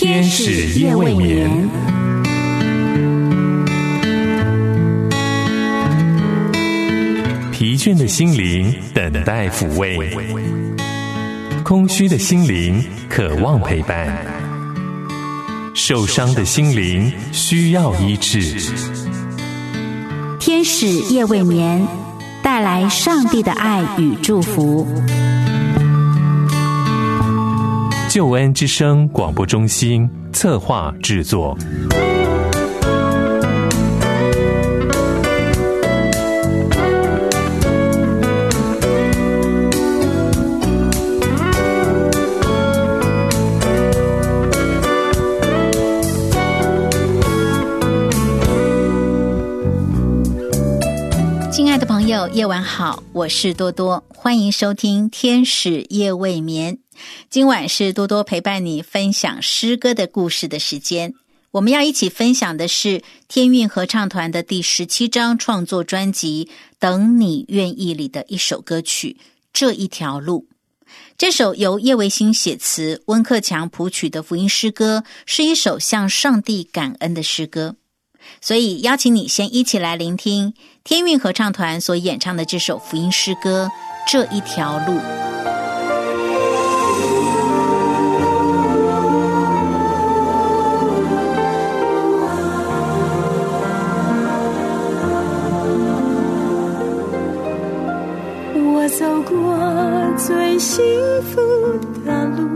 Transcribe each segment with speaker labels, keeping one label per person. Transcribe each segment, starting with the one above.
Speaker 1: 天使夜未眠。疲倦的心灵等待抚慰，空虚的心灵渴望陪伴，受伤的心灵需要医治。
Speaker 2: 天使夜未眠，带来上帝的爱与祝福。
Speaker 1: 救恩之声广播中心策划制作。
Speaker 2: 亲爱的朋友，夜晚好，我是多多，欢迎收听天使夜未眠。今晚是多多陪伴你分享诗歌的故事的时间。我们要一起分享的是天韵合唱团的第17张创作专辑《等你愿意》里的一首歌曲《这一条路》。这首由叶维新写词、温克强谱曲的福音诗歌，是一首向上帝感恩的诗歌。所以邀请你先一起来聆听天韵合唱团所演唱的这首福音诗歌《这一条路》。
Speaker 3: 我走过最幸福的路，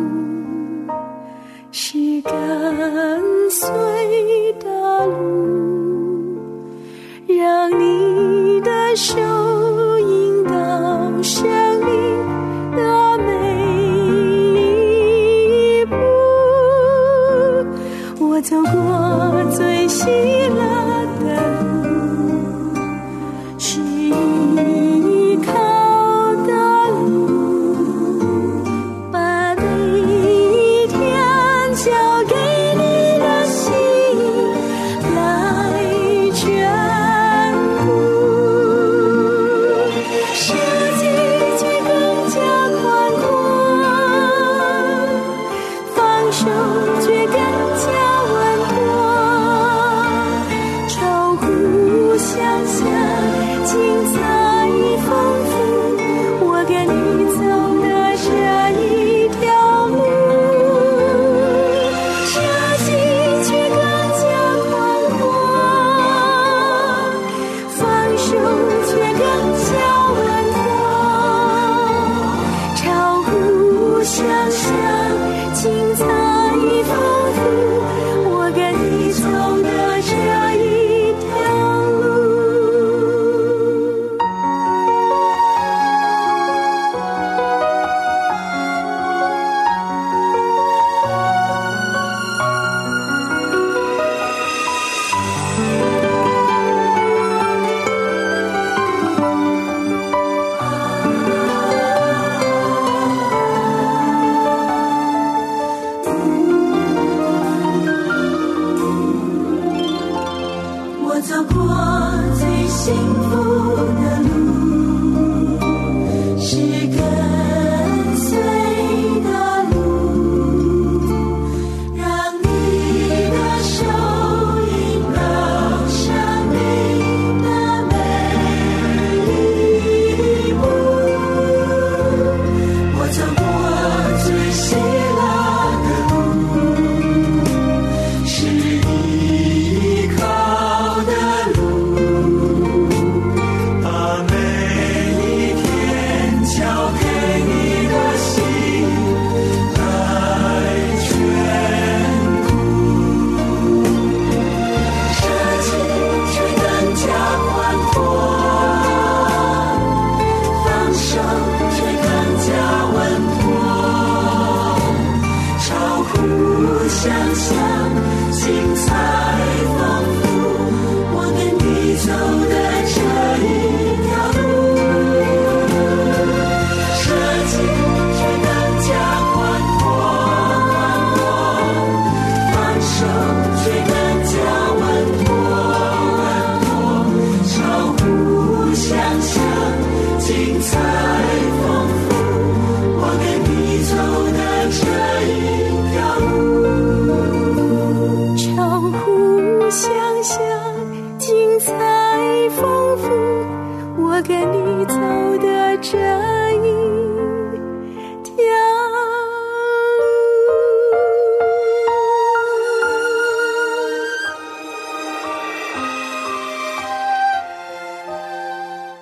Speaker 3: 是跟随的路，让你的手引导生命的每一步。我走过最喜乐的路，是依靠的路，把每一天交给你的心来眷顾，世界却更加宽阔，放手却更加稳妥，超乎想象，精彩丰富，我跟你走的这一条路，设计却更加宽阔，放手却更加稳妥，超乎想象，精彩丰富，我跟你走的这一条路。我走过最幸福的路，是跟随的路，让你的手引导生命的每一步。我走过最喜乐的路，是依靠的路，把每一天交给你的心来眷顾，设计却更加宽阔，放手却更加稳妥，超乎想象，精彩丰富，我跟你走的这一条路，设计却更加宽阔，放手却更加稳妥，超乎想象，精彩丰富，我跟你走的这一条路。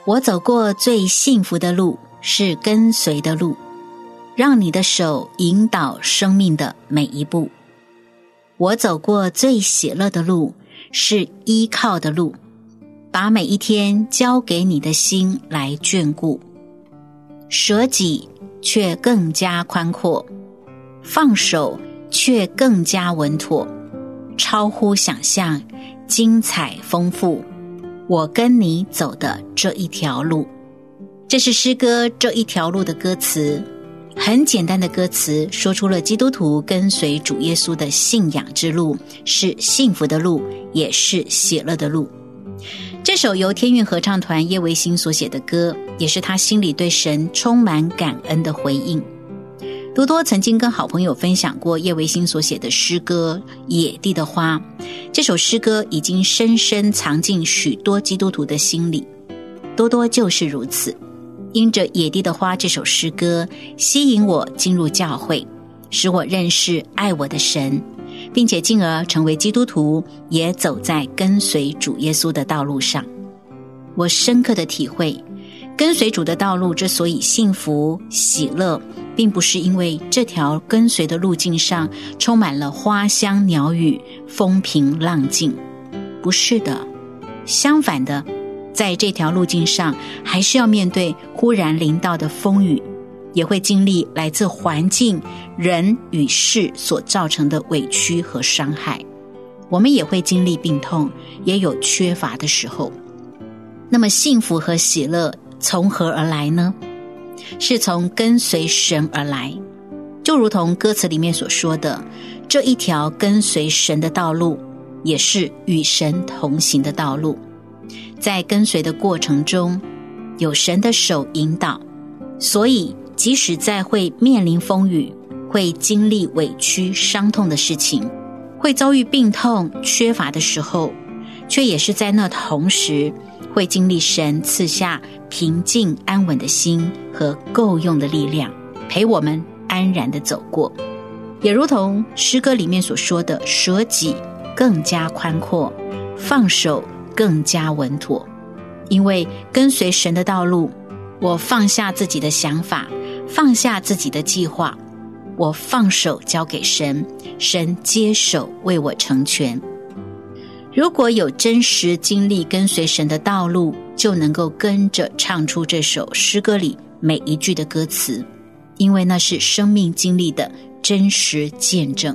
Speaker 2: 我走过最幸福的路是跟随的路，让你的手引导生命的每一步。我走过最喜乐的路是依靠的路，把每一天交给你的心来眷顾。舍己却更加宽阔，放手却更加稳妥，超乎想象，精彩丰富。我跟你走的这一条路，这是诗歌这一条路的歌词。很简单的歌词，说出了基督徒跟随主耶稣的信仰之路，是幸福的路，也是喜乐的路。这首由天韵合唱团叶维新所写的歌，也是他心里对神充满感恩的回应。多多曾经跟好朋友分享过叶维新所写的诗歌《野地的花》，这首诗歌已经深深藏进许多基督徒的心里。多多就是如此，因着《野地的花》这首诗歌吸引我进入教会，使我认识爱我的神，并且进而成为基督徒，也走在跟随主耶稣的道路上。我深刻的体会，跟随主的道路之所以幸福喜乐，并不是因为这条跟随的路径上充满了花香鸟语、风平浪静，不是的，相反的，在这条路径上还是要面对忽然临到的风雨，也会经历来自环境、人与事所造成的委屈和伤害。我们也会经历病痛，也有缺乏的时候。那么幸福和喜乐从何而来呢？是从跟随神而来。就如同歌词里面所说的，这一条跟随神的道路，也是与神同行的道路。在跟随的过程中，有神的手引导，所以即使在会面临风雨，会经历委屈伤痛的事情，会遭遇病痛缺乏的时候，却也是在那同时会经历神赐下平静安稳的心和够用的力量，陪我们安然地走过。也如同诗歌里面所说的，舍己更加宽阔，放手更加稳妥。因为跟随神的道路，我放下自己的想法，放下自己的计划，我放手交给神，神接手为我成全。如果有真实经历跟随神的道路，就能够跟着唱出这首诗歌里每一句的歌词，因为那是生命经历的真实见证。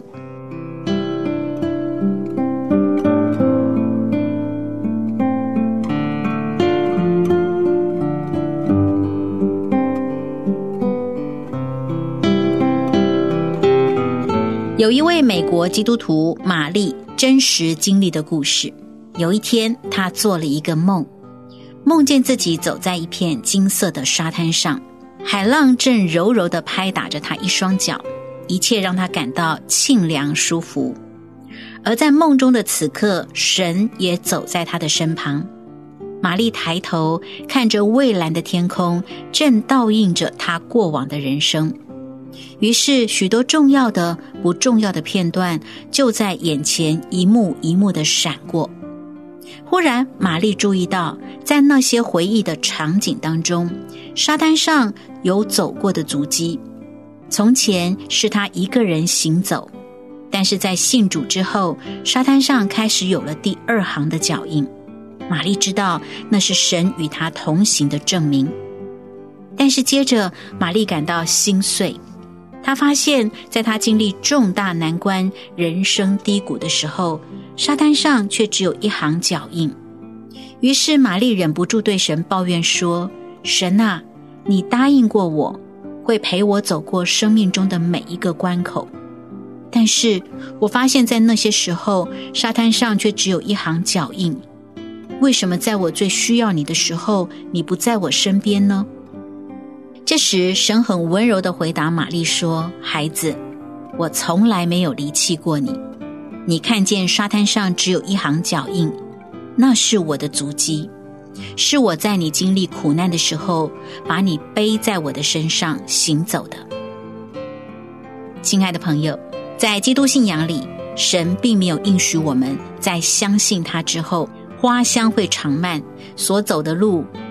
Speaker 2: 有一位美国基督徒玛丽真实经历的故事。有一天，她做了一个梦，梦见自己走在一片金色的沙滩上，海浪正柔柔地拍打着她一双脚，一切让她感到沁凉舒服。而在梦中的此刻，神也走在她的身旁。玛丽抬头看着蔚蓝的天空，正倒映着她过往的人生。于是许多重要的不重要的片段就在眼前一幕一幕的闪过。忽然玛丽注意到，在那些回忆的场景当中，沙滩上有走过的足迹。从前是她一个人行走，但是在信主之后，沙滩上开始有了第二行的脚印。玛丽知道那是神与她同行的证明。但是接着玛丽感到心碎，她发现在她经历重大难关、人生低谷的时候，沙滩上却只有一行脚印。于是玛丽忍不住对神抱怨说，神啊，你答应过我会陪我走过生命中的每一个关口，但是我发现在那些时候，沙滩上却只有一行脚印。为什么在我最需要你的时候，你不在我身边呢？这时神很温柔地回答玛丽说，孩子，我从来没有离弃过你。你看见沙滩上只有一行脚印，那是我的足迹，是我在你经历苦难的时候把你背在我的身上行走的。亲爱的朋友，在基督信仰里，神并没有应许我们在相信他之后花香会长漫，所走的路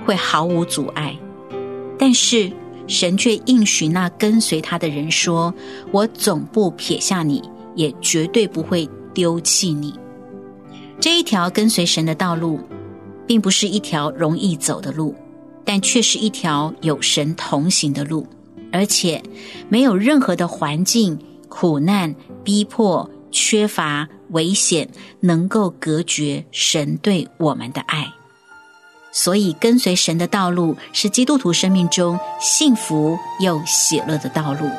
Speaker 2: 会毫无阻碍。但是神却应许那跟随他的人说，我总不撇下你，也绝对不会丢弃你。这一条跟随神的道路并不是一条容易走的路，但却是一条有神同行的路，而且没有任何的环境、苦难、逼迫、缺乏、危险能够隔绝神对我们的爱。所以跟随神的道路是基督徒生命中幸福又喜乐的道路。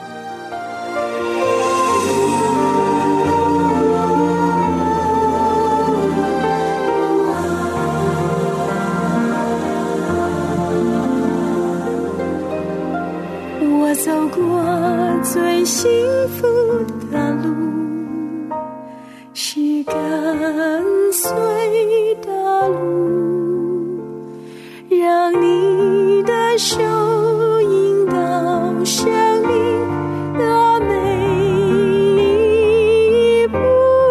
Speaker 3: 我走过最幸福的路，是跟随的路，让你的手引导生命的每一步。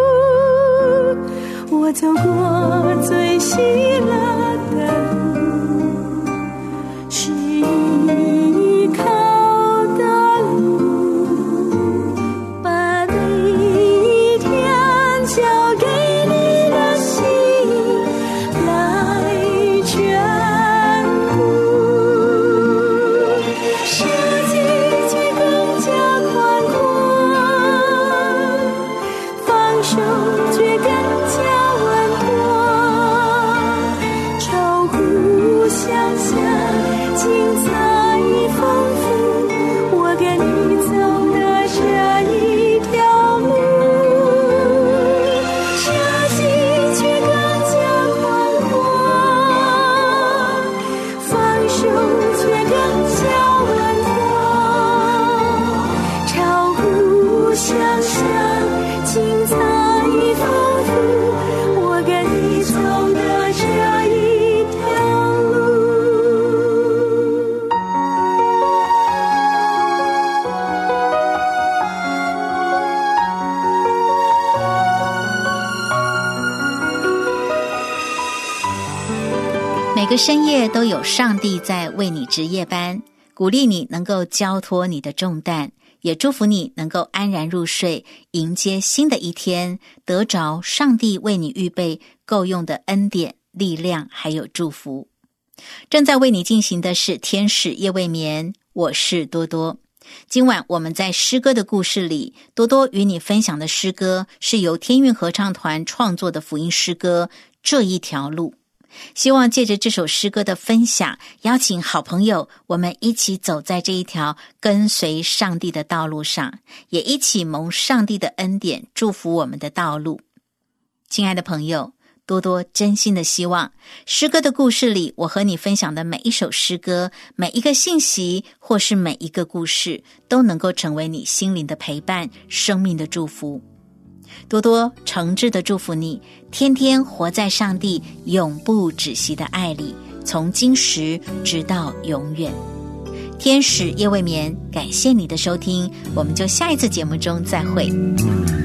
Speaker 3: 我走过最喜乐的路，是依靠的路，把每一天交给你的心来眷顾，世界却更加宽阔，放手却更加稳妥，超乎想象，精彩丰富，我跟你走的这一条路，世界却更加宽阔，放手却更加稳妥，超乎想象，精彩丰富，我跟你走的这一条路。
Speaker 2: 每个深夜都有上帝在为你值夜班，鼓励你能够交托你的重担，也祝福你能够安然入睡，迎接新的一天，得着上帝为你预备够用的恩典、力量还有祝福。正在为你进行的是天使夜未眠，我是多多。今晚我们在诗歌的故事里，多多与你分享的诗歌是由天韵合唱团创作的福音诗歌《这一条路》。希望借着这首诗歌的分享，邀请好朋友，我们一起走在这一条跟随上帝的道路上，也一起蒙上帝的恩典祝福我们的道路。亲爱的朋友，多多真心的希望诗歌的故事里，我和你分享的每一首诗歌、每一个信息或是每一个故事，都能够成为你心灵的陪伴、生命的祝福。多多诚挚的祝福你，天天活在上帝永不止息的爱里，从今时直到永远。天使夜未眠，感谢你的收听，我们就下一次节目中再会。